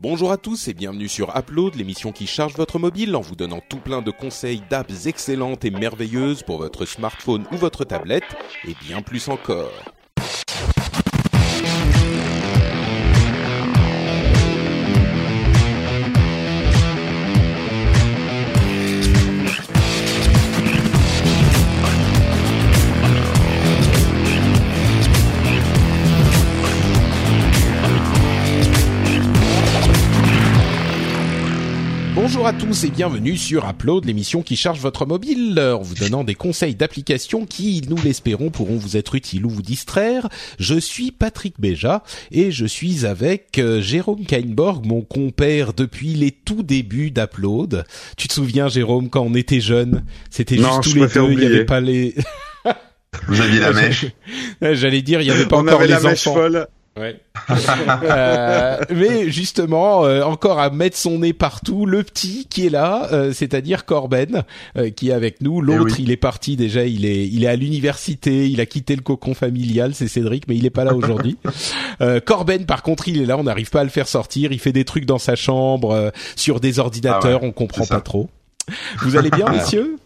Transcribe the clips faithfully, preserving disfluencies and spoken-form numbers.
Bonjour à tous et bienvenue sur Upload, l'émission qui charge votre mobile en vous donnant tout plein de conseils d'apps excellentes et merveilleuses pour votre smartphone ou votre tablette, et bien plus encore. Bonjour à tous et bienvenue sur Upload, l'émission qui charge votre mobile en vous donnant des conseils d'applications qui, nous l'espérons, pourront vous être utiles ou vous distraire. Je suis Patrick Béja et je suis avec euh, Jérôme Kainborg, mon compère depuis les tout débuts d'Upload. Tu te souviens, Jérôme, quand on était jeunes, c'était juste non, tous les deux, il n'y avait pas les... Vous aviez la mèche. J'allais dire, il n'y avait pas on encore avait les la mèche enfants. Folle. Ouais. euh, mais justement, euh, encore à mettre son nez partout, le petit qui est là, euh, c'est-à-dire Corben, euh, qui est avec nous. L'autre, oui. il est parti déjà, il est, il est à l'université, il a quitté le cocon familial, c'est Cédric, mais il est pas là aujourd'hui. euh, Corben, par contre, il est là, on n'arrive pas à le faire sortir. Il fait des trucs dans sa chambre, euh, sur des ordinateurs, ah ouais, on comprend pas trop. Vous allez bien, messieurs?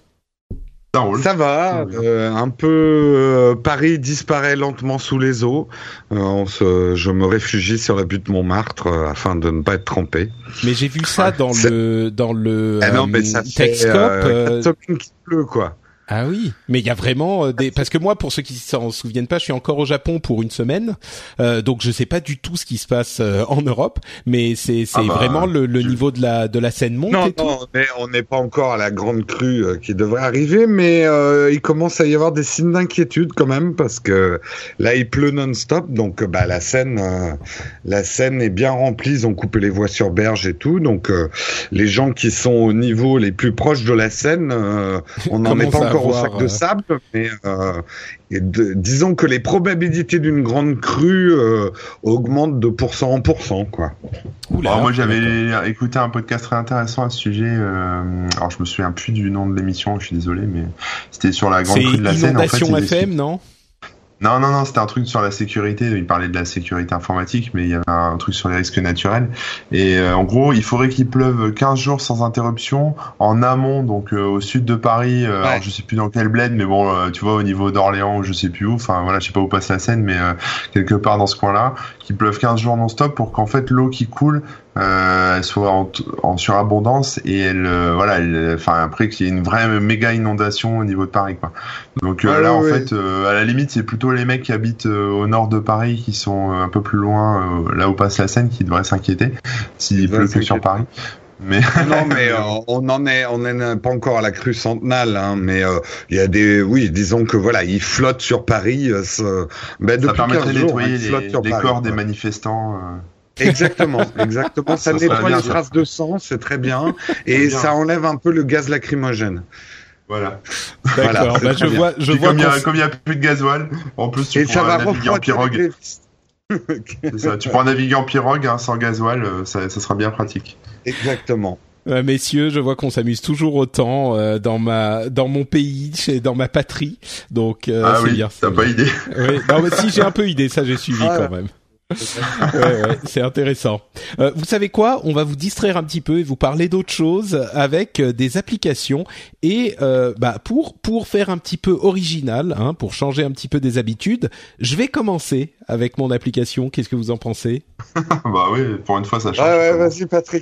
Ça, ça va, euh, un peu euh, Paris disparaît lentement sous les eaux. Euh, on se, je me réfugie sur la butte Montmartre euh, afin de ne pas être trempé. Mais j'ai vu ça dans c'est... le dans le ah non, mais ça Techscope. Euh, euh... qui pleut quoi. Ah oui, mais il y a vraiment euh, des parce que moi, pour ceux qui s'en souviennent pas, je suis encore au Japon pour une semaine, euh, donc je sais pas du tout ce qui se passe euh, en Europe, mais c'est c'est ah bah, vraiment le, le je... niveau de la de la Seine monte non, et tout. Non, mais on n'est pas encore à la grande crue euh, qui devrait arriver, mais euh, il commence à y avoir des signes d'inquiétude quand même parce que là il pleut non-stop, donc bah la Seine euh, la Seine est bien remplie, ils ont coupé les voies sur berge et tout, donc euh, les gens qui sont au niveau les plus proches de la Seine, euh, on n'en est pas encore au sac de sable, mais euh, de, disons que les probabilités d'une grande crue euh, augmentent de pourcent en pourcent, quoi. Oula, alors moi j'avais d'accord. écouté un podcast très intéressant à ce sujet. Euh, alors je me souviens plus du nom de l'émission, je suis désolé, mais c'était sur la grande crue de la Seine. C'est Inondation en fait, F M, non ? Non, non, non, c'était un truc sur la sécurité. Il parlait de la sécurité informatique, mais il y avait un truc sur les risques naturels. Et euh, en gros, il faudrait qu'il pleuve quinze jours sans interruption en amont, donc euh, au sud de Paris. Euh, ouais. Alors, je sais plus dans quel bled, mais bon, euh, tu vois, au niveau d'Orléans ou je sais plus où. Enfin, voilà, je sais pas où passe la Seine, mais euh, quelque part dans ce coin-là, qu'il pleuve quinze jours non-stop pour qu'en fait l'eau qui coule euh, elle soit en, en surabondance et elle, euh, voilà, elle, enfin après qu'il y ait une vraie méga inondation au niveau de Paris, quoi. Donc euh, ouais, là, ouais. en fait, euh, à la limite, c'est plutôt les mecs qui habitent euh, au nord de Paris, qui sont euh, un peu plus loin, euh, là où passe la Seine, qui devraient s'inquiéter s'il pleut que sur Paris. Mais non, mais euh, on en est, on n'est pas encore à la crue centenale, hein, mais il euh, y a des, oui, disons que voilà, ils flottent sur Paris. Euh, ce, ben, ça permettrait de nettoyer jours, les, les Paris, corps quoi. des manifestants. Euh... Exactement, exactement. Ça, ça nettoie les traces de sang, c'est très bien, et bien. Ça enlève un peu le gaz lacrymogène. Voilà. D'accord. Voilà, bah, je vois, je vois. Comme il y a plus de gasoil, en plus tu et pourras naviguer en pirogue. C'est ça. Tu pourras naviguer en pirogue hein, sans gasoil, ça, ça sera bien pratique. Exactement. Euh, messieurs, je vois qu'on s'amuse toujours autant euh, dans ma dans mon pays, chez, dans ma patrie. Donc euh, ah c'est oui, bien. T'as pas bien. idée. Oui. Non, mais si j'ai un peu idée, ça j'ai suivi ah, quand même. ouais, ouais, c'est intéressant. Euh, vous savez quoi ? On va vous distraire un petit peu et vous parler d'autre chose avec euh, des applications et euh, bah pour pour faire un petit peu original, hein, pour changer un petit peu des habitudes, je vais commencer avec mon application. Qu'est-ce que vous en pensez ? Bah oui, pour une fois ça change. Ouais, ouais, vas-y Patrick.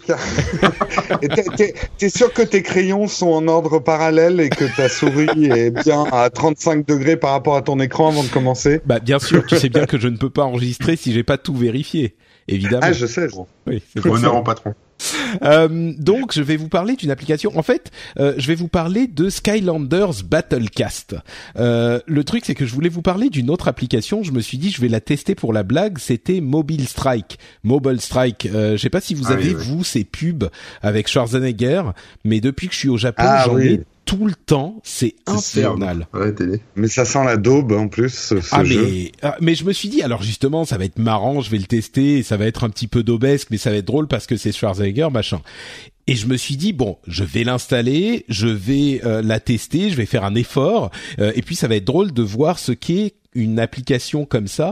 Et t'es, t'es, t'es sûr que tes crayons sont en ordre parallèle et que ta souris est bien à trente-cinq degrés par rapport à ton écran avant de commencer ? Bah bien sûr, tu sais bien que je ne peux pas enregistrer si j'ai pas tout vérifié, évidemment. Ah, je sais. Gros. Oui, c'est honneur au patron. Euh, donc, je vais vous parler d'une application. En fait, euh, je vais vous parler de Skylanders Battlecast. Euh, le truc, c'est que je voulais vous parler d'une autre application. Je me suis dit, je vais la tester pour la blague. C'était Mobile Strike. Mobile Strike. Euh, je sais pas si vous ah, avez, oui, oui. vous, ces pubs avec Schwarzenegger, mais depuis que je suis au Japon, ah, j'en oui. ai tout le temps, c'est, c'est infernal. Ouais, mais ça sent la daube en plus, ce, ce ah, jeu. Mais, ah, mais je me suis dit, alors justement, ça va être marrant, je vais le tester, ça va être un petit peu daubesque, mais ça va être drôle parce que c'est Schwarzenegger, machin. et je me suis dit bon, je vais l'installer, je vais euh, la tester, je vais faire un effort, euh, et puis ça va être drôle de voir ce qu'est une application comme ça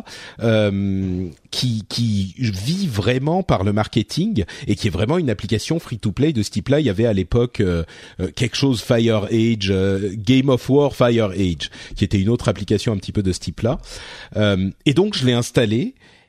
euh, qui qui vit vraiment par le marketing et qui est vraiment une application free-to-play de ce type-là. Il y avait à l'époque euh, quelque chose Fire Age, euh, Game of War Fire Age, qui était une autre application un petit peu de ce type-là. Euh, et donc je l'ai installé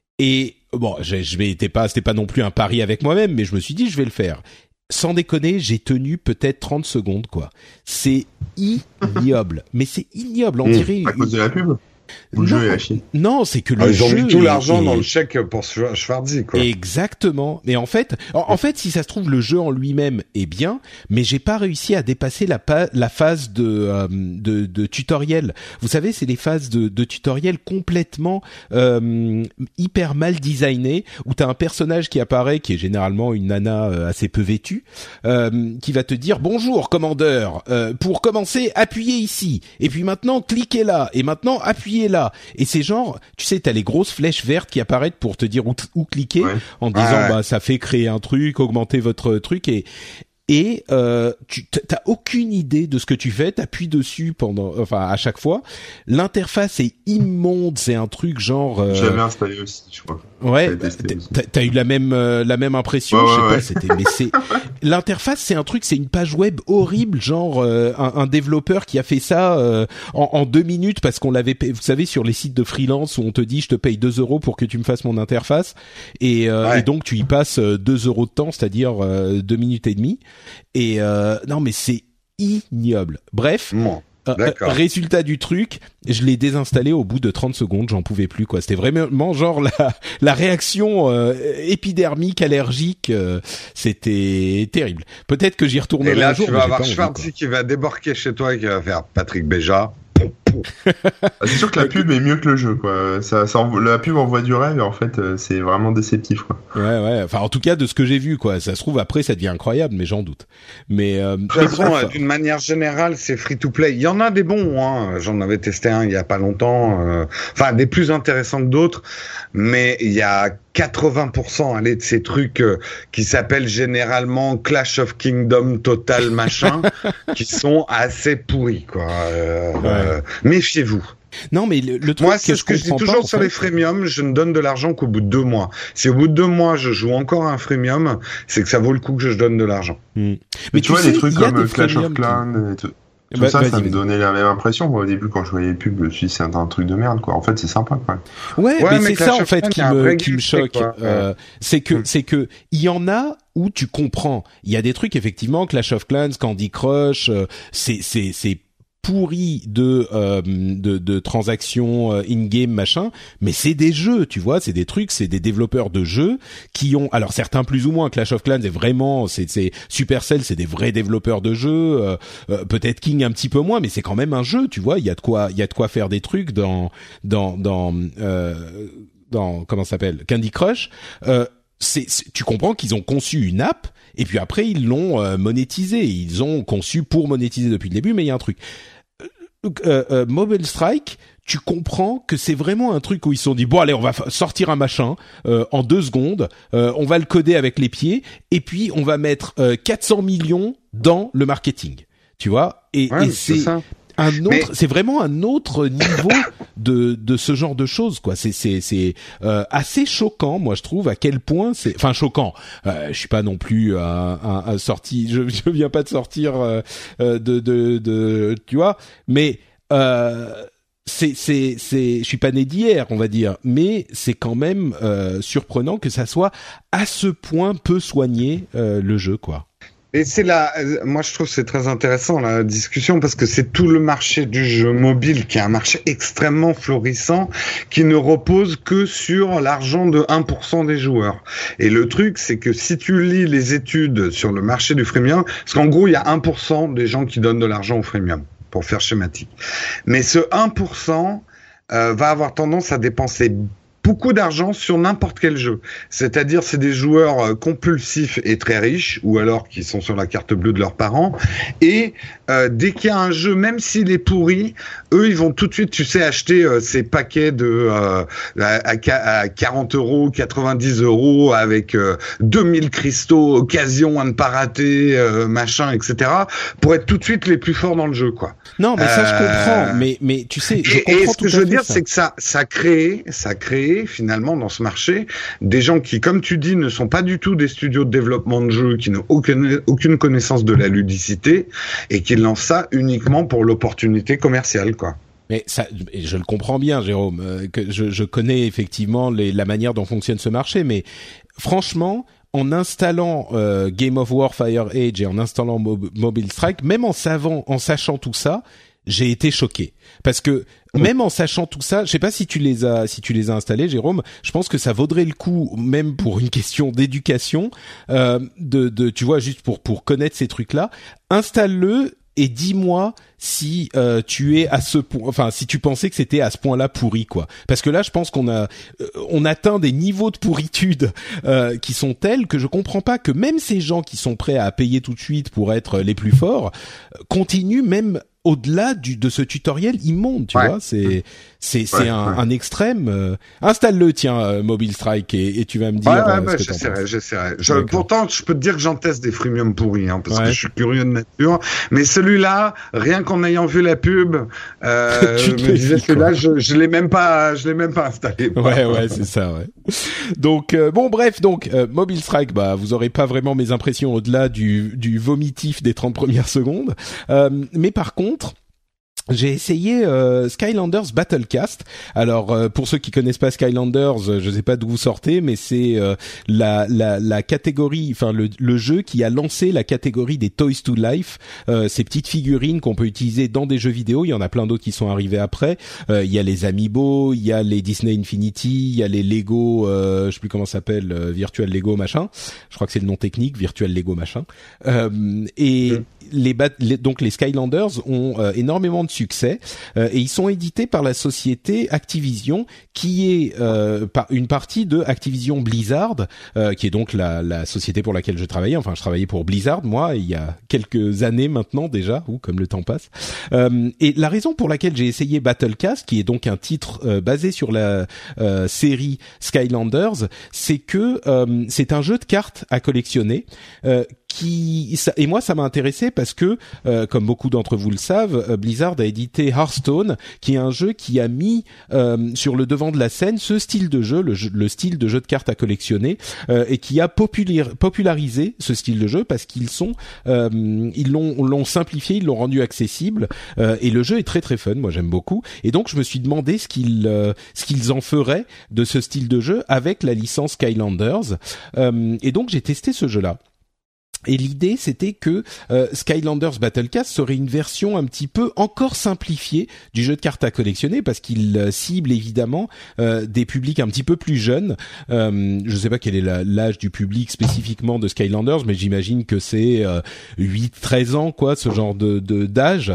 et bon, je, je m'étais pas, c'était pas non plus un pari avec moi-même, mais je me suis dit je vais le faire. Sans déconner, j'ai tenu peut-être trente secondes quoi. C'est ignoble, mais c'est ignoble. On dirait à cause de la pub. Le non, jeu est à chier. Non, c'est que le ah, ils jeu. Ils ont mis tout l'argent est... dans le chèque pour Schwarzy, quoi. Exactement. Mais en fait, en, en fait, si ça se trouve, le jeu en lui-même est bien, mais j'ai pas réussi à dépasser la, pa- la phase de, euh, de, de tutoriel. Vous savez, c'est les phases de, de tutoriel complètement euh, hyper mal designées, où t'as un personnage qui apparaît, qui est généralement une nana euh, assez peu vêtue, euh, qui va te dire bonjour, commandeur. Euh, pour commencer, appuyez ici. Et puis maintenant, cliquez là. Et maintenant, appuyez là, et c'est genre, tu sais, t'as les grosses flèches vertes qui apparaissent pour te dire où, t- où cliquer, ouais. en disant ouais. bah ça fait créer un truc, augmenter votre truc, et et euh, tu t'as aucune idée de ce que tu fais, t'appuies dessus pendant, enfin à chaque fois. L'interface est immonde, c'est un truc genre. Euh... J'avais installé aussi, je crois. Ouais, t'as, t'as eu la même euh, la même impression, ouais, je sais ouais, pas, ouais. c'était, mais c'est l'interface, c'est un truc, c'est une page web horrible, genre euh, un, un développeur qui a fait ça euh, en, en deux minutes parce qu'on l'avait, vous savez, sur les sites de freelance où on te dit je te paye deux euros pour que tu me fasses mon interface, et, euh, ouais. et donc tu y passes deux euros de temps, c'est-à-dire euh, deux minutes et demie, et euh, non mais c'est ignoble. Bref. Bon. Euh, résultat du truc, je l'ai désinstallé au bout de trente secondes, j'en pouvais plus quoi. C'était vraiment genre la la réaction euh, épidermique allergique, euh, c'était terrible. Peut-être que j'y retournerai un jour. Et là, un jour, tu vas avoir Schwarzy qui va débarquer chez toi et qui va faire Patrick Béja. C'est sûr que la pub est mieux que le jeu, quoi. Ça, ça envo- la pub envoie du rêve, et en fait, euh, c'est vraiment déceptif, quoi. Ouais, ouais. Enfin, en tout cas, de ce que j'ai vu, quoi. Ça se trouve après, ça devient incroyable, mais j'en doute. Mais euh, de toute façon, euh, d'une manière générale, c'est free to play. Il y en a des bons, hein. J'en avais testé un il y a pas longtemps. Euh... Enfin, des plus intéressants que d'autres, mais il y a quatre-vingts pour cent allez, de ces trucs euh, qui s'appellent généralement Clash of Kingdom Total machin, qui sont assez pourris, quoi. Euh, ouais. euh, méfiez-vous. Non, mais le, le truc moi, c'est que ce je que je dis comprends toujours pas, sur en fait. les freemiums, je ne donne de l'argent qu'au bout de deux mois. Si au bout de deux mois, je joue encore à un freemium, c'est que ça vaut le coup que je donne de l'argent. Mmh. Mais, mais tu, tu vois, sais, les trucs comme des Clash of Clans qui... et tout. Tout bah, ça, ça me donnait la même impression. Moi, au début, quand je voyais les pubs, je me suis dit, c'est un, un truc de merde, quoi. En fait, c'est sympa, quoi. Ouais, ouais mais, mais c'est ça, en fait, qui me, qui me choque. Quoi. Euh, c'est que, c'est que, il y en a où tu comprends. Il y a des trucs, effectivement, Clash of Clans, Candy Crush, euh, c'est, c'est, c'est pourri de, euh, de de transactions euh, in-game machin, mais c'est des jeux, tu vois, c'est des trucs, c'est des développeurs de jeux qui ont, alors certains plus ou moins, Clash of Clans est vraiment, c'est c'est Supercell, c'est des vrais développeurs de jeux, euh, euh, peut-être King un petit peu moins, mais c'est quand même un jeu, tu vois, il y a de quoi il y a de quoi faire des trucs dans dans dans euh, dans comment ça s'appelle, Candy Crush. Euh, c'est, c'est tu comprends qu'ils ont conçu une app et puis après ils l'ont euh, monétisé, ils ont conçu pour monétiser depuis le début, mais il y a un truc. Euh, euh, Mobile Strike, tu comprends que c'est vraiment un truc où ils se sont dit bon allez on va f- sortir un machin euh, en deux secondes, euh, on va le coder avec les pieds et puis on va mettre euh, quatre cents millions dans le marketing, tu vois, et, ouais, et c'est, c'est un autre, mais... c'est vraiment un autre niveau de de ce genre de choses, quoi. C'est c'est c'est euh, assez choquant, moi je trouve, à quel point c'est, enfin choquant. Euh, je suis pas non plus un, un, un sorti, je je viens pas de sortir euh, de, de de tu vois, mais euh, c'est c'est c'est, je suis pas né d'hier, on va dire, mais c'est quand même euh, surprenant que ça soit à ce point peu soigné euh, le jeu, quoi. Et c'est là, moi je trouve que c'est très intéressant la discussion parce que c'est tout le marché du jeu mobile qui est un marché extrêmement florissant qui ne repose que sur l'argent de un pour cent des joueurs. Et le truc c'est que si tu lis les études sur le marché du freemium, parce qu'en gros il y a un pour cent des gens qui donnent de l'argent au freemium, pour faire schématique. Mais ce un pour cent euh, va avoir tendance à dépenser beaucoup d'argent sur n'importe quel jeu. C'est-à-dire, c'est des joueurs euh, compulsifs et très riches, ou alors qui sont sur la carte bleue de leurs parents. Et euh, dès qu'il y a un jeu, même s'il est pourri, eux, ils vont tout de suite, tu sais, acheter euh, ces paquets de euh, à, à quarante euros, quatre-vingt-dix euros avec euh, deux mille cristaux, occasion à ne pas rater, euh, machin, et cetera, pour être tout de suite les plus forts dans le jeu, quoi. Non, mais ça, euh... je comprends. Mais, mais tu sais, je et, comprends et ce tout que je veux dire, ça. c'est que ça, ça crée, ça crée finalement dans ce marché des gens qui, comme tu dis, ne sont pas du tout des studios de développement de jeux, qui n'ont aucune, aucune connaissance de la ludicité et qui lancent ça uniquement pour l'opportunité commerciale, quoi. Mais ça, je le comprends bien, Jérôme, euh, que je, je connais effectivement les, la manière dont fonctionne ce marché, mais franchement, en installant euh, Game of War Fire Age et en installant Mob- Mobile Strike, même en savant, en sachant tout ça, j'ai été choqué parce que même en sachant tout ça, je sais pas si tu les as si tu les as installés, Jérôme, je pense que ça vaudrait le coup, même pour une question d'éducation, euh, de, de tu vois, juste pour pour connaître ces trucs-là, installe-le et dis-moi si euh, tu es à ce point, enfin si tu pensais que c'était à ce point-là pourri, quoi. Parce que là, je pense qu'on a euh, on atteint des niveaux de pourritude euh, qui sont tels que je comprends pas que même ces gens qui sont prêts à payer tout de suite pour être les plus forts euh, continuent même au-delà du de ce tutoriel immonde, tu ouais. vois, c'est c'est c'est ouais, un, ouais. un extrême. Euh, installe-le, tiens, euh, Mobile Strike, et, et tu vas me dire. Ouais, ouais, euh, bah, ce que t'en j'essaierai, penses. j'essaierai. Je, pourtant, je peux te dire que j'en teste des freemium pourris, hein, parce ouais. que je suis curieux de nature. Mais celui-là, rien qu'en ayant vu la pub, euh, je me disais que là, je, je l'ai même pas, je l'ai même pas installé. Ouais, ouais, c'est ça, ouais. Donc euh, bon, bref, donc euh, Mobile Strike, bah vous aurez pas vraiment mes impressions au-delà du du vomitif des trente premières secondes. Euh, mais par contre, j'ai essayé euh, Skylanders Battlecast. Alors euh, pour ceux qui connaissent pas Skylanders, euh, je sais pas d'où vous sortez, mais c'est euh, la la la catégorie, enfin le le jeu qui a lancé la catégorie des Toys to Life, euh, ces petites figurines qu'on peut utiliser dans des jeux vidéo. Il y en a plein d'autres qui sont arrivés après. Euh, il y a les Amiibo, il y a les Disney Infinity, il y a les Lego, euh, je sais plus comment ça s'appelle, euh, Virtual Lego machin. Je crois que c'est le nom technique, Virtual Lego machin. Euh, et mmh. les, bat- les donc les Skylanders ont euh, énormément de succès euh, et ils sont édités par la société Activision, qui est euh, par une partie de Activision Blizzard, euh, qui est donc la, la société pour laquelle je travaillais. Enfin, je travaillais pour Blizzard moi il y a quelques années maintenant déjà, ou comme le temps passe. Euh, et la raison pour laquelle j'ai essayé Battlecast, qui est donc un titre euh, basé sur la euh, série Skylanders, c'est que euh, c'est un jeu de cartes à collectionner. Euh, Qui, ça, et moi ça m'a intéressé parce que euh, comme beaucoup d'entre vous le savent, euh, Blizzard a édité Hearthstone, qui est un jeu qui a mis euh, sur le devant de la scène ce style de jeu, le, jeu, le style de jeu de cartes à collectionner, euh, et qui a popular, popularisé ce style de jeu parce qu'ils sont, euh, ils l'ont, l'ont simplifié, ils l'ont rendu accessible, euh, et le jeu est très très fun. Moi j'aime beaucoup, et donc je me suis demandé ce qu'ils, euh, ce qu'ils en feraient de ce style de jeu avec la licence Skylanders, euh, et donc j'ai testé ce jeu-là. Et l'idée, c'était que euh, Skylanders Battlecast serait une version un petit peu encore simplifiée du jeu de cartes à collectionner, parce qu'il euh, cible évidemment euh, des publics un petit peu plus jeunes. Euh, je ne sais pas quel est la, l'âge du public spécifiquement de Skylanders, mais j'imagine que c'est euh, huit treize ans, quoi, ce genre de, de d'âge.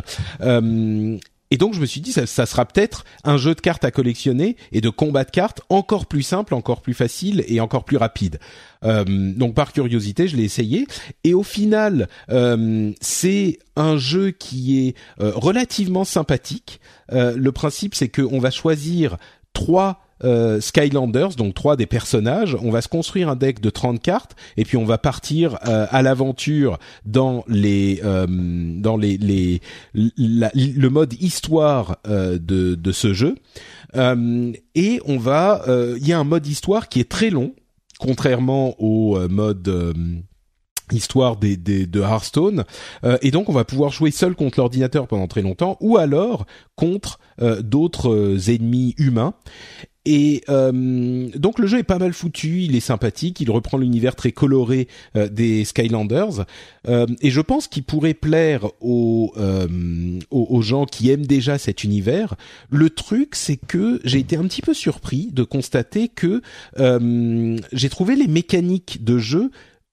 Euh, Et donc je me suis dit ça, ça sera peut-être un jeu de cartes à collectionner et de combat de cartes encore plus simple, encore plus facile et encore plus rapide. Euh, donc par curiosité, je l'ai essayé, et au final, euh, c'est un jeu qui est euh, relativement sympathique. Euh, le principe, c'est que on va choisir trois Euh, Skylanders, donc trois des personnages. On va se construire un deck de trente cartes, et puis on va partir euh, à l'aventure dans les euh, dans les les la, le mode histoire euh, de de ce jeu. Euh, et on va il euh, y a un mode histoire qui est très long, contrairement au euh, mode euh, histoire des, des, de Hearthstone, euh, et donc on va pouvoir jouer seul contre l'ordinateur pendant très longtemps, ou alors contre euh, d'autres euh, ennemis humains. Et euh, donc le jeu est pas mal foutu, il est sympathique, il reprend l'univers très coloré euh, des Skylanders, euh, et je pense qu'il pourrait plaire aux, euh, aux, aux gens qui aiment déjà cet univers. Le truc, c'est que j'ai été un petit peu surpris de constater que euh, j'ai trouvé les mécaniques de jeu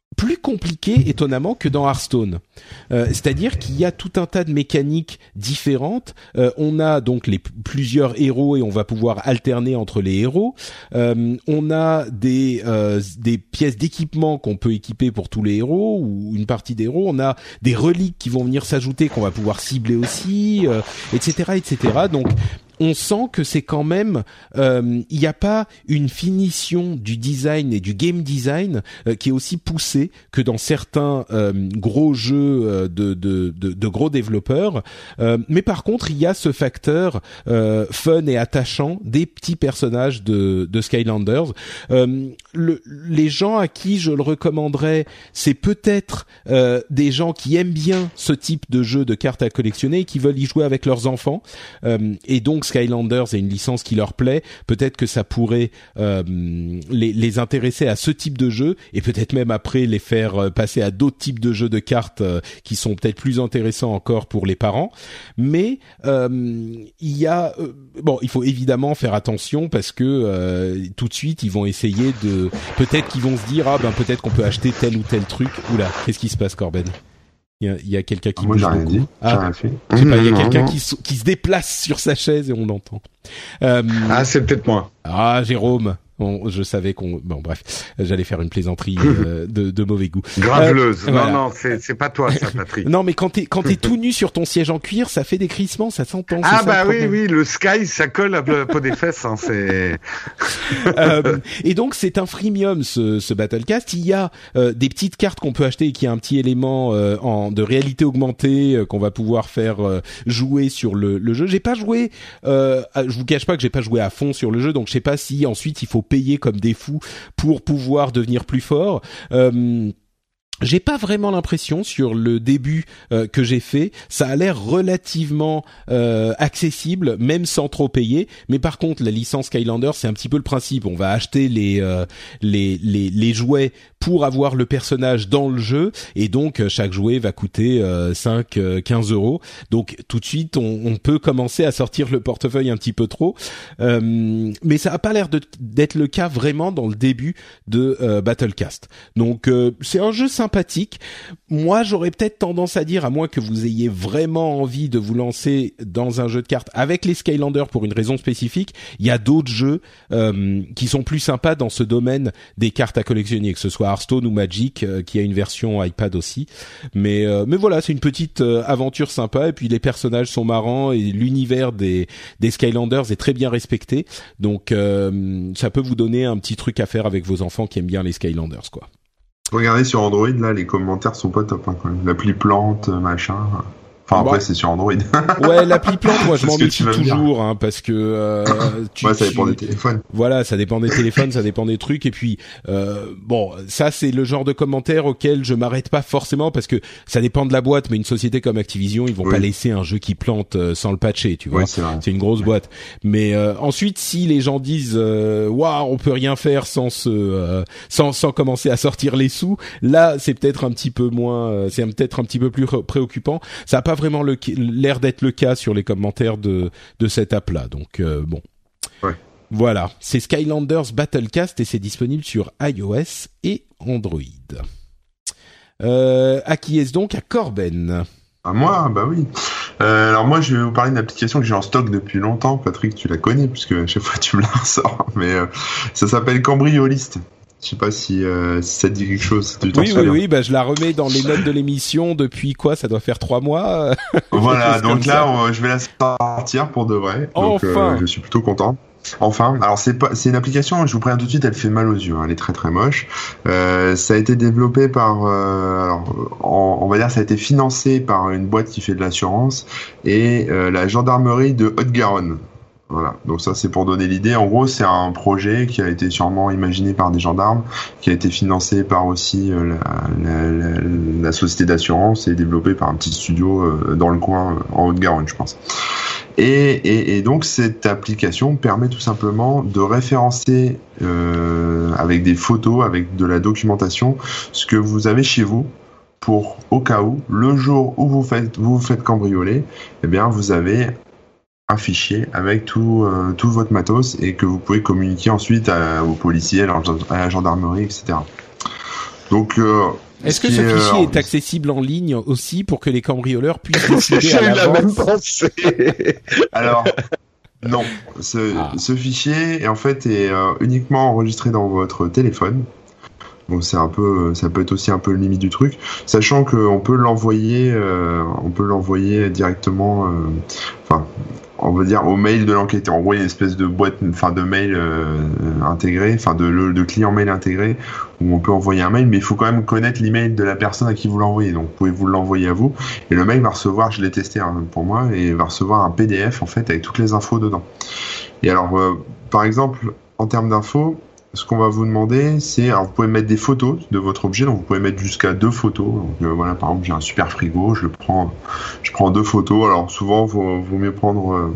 plus compliqué, étonnamment, que dans Hearthstone. Euh, c'est-à-dire qu'il y a tout un tas de mécaniques différentes. Euh, on a donc les plusieurs héros et on va pouvoir alterner entre les héros. Euh, on a des euh, des pièces d'équipement qu'on peut équiper pour tous les héros ou une partie des héros. On a des reliques qui vont venir s'ajouter qu'on va pouvoir cibler aussi, euh, et cetera, et cetera. Donc on sent que c'est quand même, euh, il n'y a pas une finition du design et du game design euh, qui est aussi poussée que dans certains euh, gros jeux euh, de, de, de, de gros développeurs. Euh, mais par contre, il y a ce facteur euh, fun et attachant des petits personnages de, de Skylanders. Euh, le, les gens à qui je le recommanderais, c'est peut-être euh, des gens qui aiment bien ce type de jeu de cartes à collectionner et qui veulent y jouer avec leurs enfants. Euh, et donc Skylanders est une licence qui leur plaît, peut-être que ça pourrait euh, les, les intéresser à ce type de jeu et peut-être même après les faire passer à d'autres types de jeux de cartes euh, qui sont peut-être plus intéressants encore pour les parents. Mais euh, il y a euh, bon, il faut évidemment faire attention parce que euh, tout de suite ils vont essayer de, peut-être qu'ils vont se dire ah ben peut-être qu'on peut acheter tel ou tel truc. Oula, qu'est-ce qui se passe, Corben? Il y a, il y a quelqu'un qui Moi, bouge j'ai rien beaucoup. dit. Ah, j'ai rien fait. je sais pas, il y a Non, quelqu'un non. qui, se- qui se déplace sur sa chaise et on l'entend. Euh, Ah, c'est peut-être moi. ah, Jérôme. On, je savais qu'on... Bon, bref, j'allais faire une plaisanterie euh, de, de mauvais goût. Graveleuse. Euh, non, voilà. non, c'est, c'est pas toi, ça, Patrick. Non, mais quand t'es, quand t'es tout nu sur ton siège en cuir, ça fait des crissements, ça s'entend. Ah c'est ça, bah le oui, problème. oui, le Sky, ça colle à la peau des fesses. Hein, c'est... Euh, et donc c'est un freemium ce, ce Battlecast. Il y a euh, des petites cartes qu'on peut acheter et qui a un petit élément euh, en de réalité augmentée euh, qu'on va pouvoir faire euh, jouer sur le, le jeu. J'ai pas joué, euh, à- je vous cache pas que j'ai pas joué à fond sur le jeu, donc je sais pas si ensuite il faut payer comme des fous pour pouvoir devenir plus fort. Euh, J'ai pas vraiment l'impression sur le début euh, que j'ai fait, ça a l'air relativement euh, accessible, même sans trop payer. Mais par contre, la licence Skylanders, c'est un petit peu le principe. On va acheter les euh, les, les les jouets pour avoir le personnage dans le jeu, et donc chaque jouet va coûter euh, cinq, quinze euros. Donc tout de suite, on, on peut commencer à sortir le portefeuille un petit peu trop. Euh, mais ça a pas l'air de, d'être le cas vraiment dans le début de euh, Battlecast. Donc euh, c'est un jeu sympa. sympathique. Moi, j'aurais peut-être tendance à dire, à moins que vous ayez vraiment envie de vous lancer dans un jeu de cartes avec les Skylanders pour une raison spécifique, il y a d'autres jeux euh, qui sont plus sympas dans ce domaine des cartes à collectionner, que ce soit Hearthstone ou Magic, euh, qui a une version iPad aussi. Mais euh, mais voilà, c'est une petite euh, aventure sympa, et puis les personnages sont marrants et l'univers des des Skylanders est très bien respecté. Donc euh, ça peut vous donner un petit truc à faire avec vos enfants qui aiment bien les Skylanders, quoi. Regardez sur Android, là, les commentaires sont pas top, hein, quand même. L'appli plante, machin. Enfin, après, Ouais. c'est sur Android. Ouais, l'appli plante, moi je C'est m'en ce que méfie tu vas me dire. toujours, hein, parce que euh, tu, ouais, ça dépend tu- des téléphones. Voilà, ça dépend des téléphones, ça dépend des trucs, et puis euh, bon, ça c'est le genre de commentaire auquel je m'arrête pas forcément, parce que ça dépend de la boîte, mais une société comme Activision, ils vont Oui. pas laisser un jeu qui plante euh, sans le patcher, tu vois. Oui, c'est vrai. C'est une grosse boîte. Mais euh, ensuite, si les gens disent euh, waouh, on peut rien faire sans se euh, sans sans commencer à sortir les sous, là c'est peut-être un petit peu moins, euh, c'est peut-être un petit peu plus ré- préoccupant. Ça a pas vraiment le, l'air d'être le cas sur les commentaires de de cette app là. Donc euh, bon. Ouais. Voilà, c'est Skylanders Battlecast et c'est disponible sur iOS et Android. Euh, à qui est-ce donc? À Corben. Ah, moi, bah oui. Euh, alors moi, je vais vous parler d'une application que j'ai en stock depuis longtemps. Patrick, tu la connais, puisque à chaque fois tu me la ressors. Mais euh, ça s'appelle Cambriolist. Je sais pas si, euh, si ça te dit quelque chose. Tu t'en Oui, oui, souviens. oui, bah je la remets dans les notes de l'émission depuis quoi? Ça doit faire trois mois. Voilà, Quelque chose donc comme là, ça. on- je vais la sortir pour de vrai. Donc, Enfin. euh, je suis plutôt content. Enfin, alors c'est pas, c'est une application. Je vous préviens tout de suite, elle fait mal aux yeux. Hein, elle est très très moche. Euh, ça a été développé par, euh, alors, on, on va dire, ça a été financé par une boîte qui fait de l'assurance et euh, la gendarmerie de Haute-Garonne. Voilà, donc ça c'est pour donner l'idée. En gros, c'est un projet qui a été sûrement imaginé par des gendarmes, qui a été financé par aussi euh, la, la, la, la société d'assurance et développé par un petit studio euh, dans le coin, euh, en Haute-Garonne, je pense. Et, et, et donc cette application permet tout simplement de référencer euh, avec des photos, avec de la documentation, ce que vous avez chez vous, pour au cas où, le jour où vous faites, vous vous faites cambrioler, eh bien vous avez un fichier avec tout, euh, tout votre matos et que vous pouvez communiquer ensuite à, aux policiers, à la, à la gendarmerie, et cetera. Donc euh, est-ce que ce est, fichier euh, est accessible en ligne aussi pour que les cambrioleurs puissent décider J'ai à eu la même l'avance? pensée. Alors, non. Ce, Ah. ce fichier, est, en fait, est euh, uniquement enregistré dans votre téléphone. Donc c'est un peu, ça peut être aussi un peu le limite du truc, sachant qu'on peut l'envoyer, euh, on peut l'envoyer directement, euh, enfin, on va dire au mail de l'enquêteur. En gros, il y a une espèce de boîte, enfin de mail euh, intégré, enfin de, de client mail intégré, où on peut envoyer un mail, mais il faut quand même connaître l'email de la personne à qui vous l'envoyez. Donc, vous pouvez vous l'envoyer à vous, et le mail va recevoir, je l'ai testé hein, pour moi, et va recevoir un P D F en fait avec toutes les infos dedans. Et alors, euh, par exemple, en termes d'infos, ce qu'on va vous demander, c'est, alors vous pouvez mettre des photos de votre objet, donc vous pouvez mettre jusqu'à deux photos. Donc euh, voilà, par exemple, j'ai un super frigo, je le prends, je prends deux photos. Alors souvent, vaut, vaut mieux prendre euh,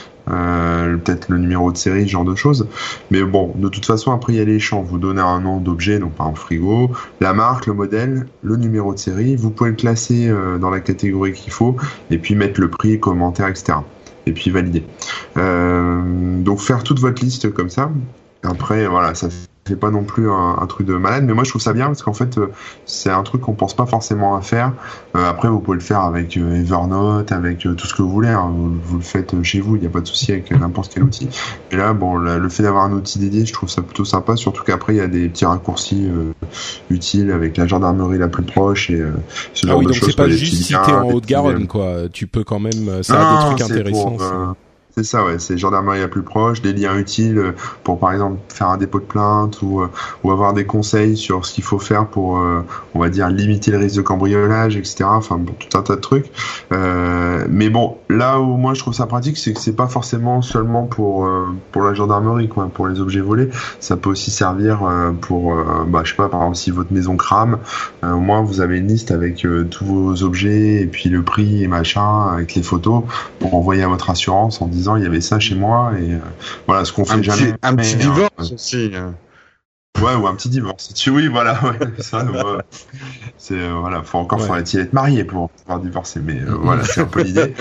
euh, peut-être le numéro de série, ce genre de choses. Mais bon, de toute façon, après il y a les champs. Vous donnez un nom d'objet, donc par exemple frigo, la marque, le modèle, le numéro de série. Vous pouvez le classer euh, dans la catégorie qu'il faut, et puis mettre le prix, commentaire, et cetera. Et puis valider. Euh, donc faire toute votre liste comme ça. Après, voilà, ça fait pas non plus un, un truc de malade, mais moi je trouve ça bien parce qu'en fait, euh, c'est un truc qu'on pense pas forcément à faire. Euh, après, vous pouvez le faire avec euh, Evernote, avec euh, tout ce que vous voulez. Hein. Vous, vous le faites chez vous, il n'y a pas de souci avec n'importe quel outil. Et là, bon, le, le fait d'avoir un outil dédié, je trouve ça plutôt sympa, surtout qu'après, il y a des petits raccourcis euh, utiles avec la gendarmerie la plus proche et euh, ce ah genre oui, de donc choses. c'est pas quoi, juste si t'es en Haute-Garonne, quoi. Tu peux quand même, ça non, a des trucs c'est intéressants. Pour, euh, c'est ça, ouais, c'est gendarmerie la plus proche, des liens utiles pour par exemple faire un dépôt de plainte ou, ou avoir des conseils sur ce qu'il faut faire pour, euh, on va dire, limiter le risque de cambriolage, et cetera. Enfin, bon, tout un tas de trucs. Euh, mais bon, là où moi je trouve ça pratique, c'est que c'est pas forcément seulement pour euh, pour la gendarmerie, quoi, pour les objets volés. Ça peut aussi servir euh, pour, euh, bah, je sais pas, par exemple, si votre maison crame, euh, au moins vous avez une liste avec euh, tous vos objets et puis le prix et machin, avec les photos, pour envoyer à votre assurance en disant il y avait ça chez moi et euh, voilà ce qu'on fait un jamais. Petit, un petit mais, divorce euh, aussi. Ouais, ou un petit divorce. Tu oui, voilà, ouais, ça. Ouais. C'est euh, voilà, faut encore ouais. faut-il être marié pour pouvoir divorcer, mais euh, voilà, c'est un peu l'idée.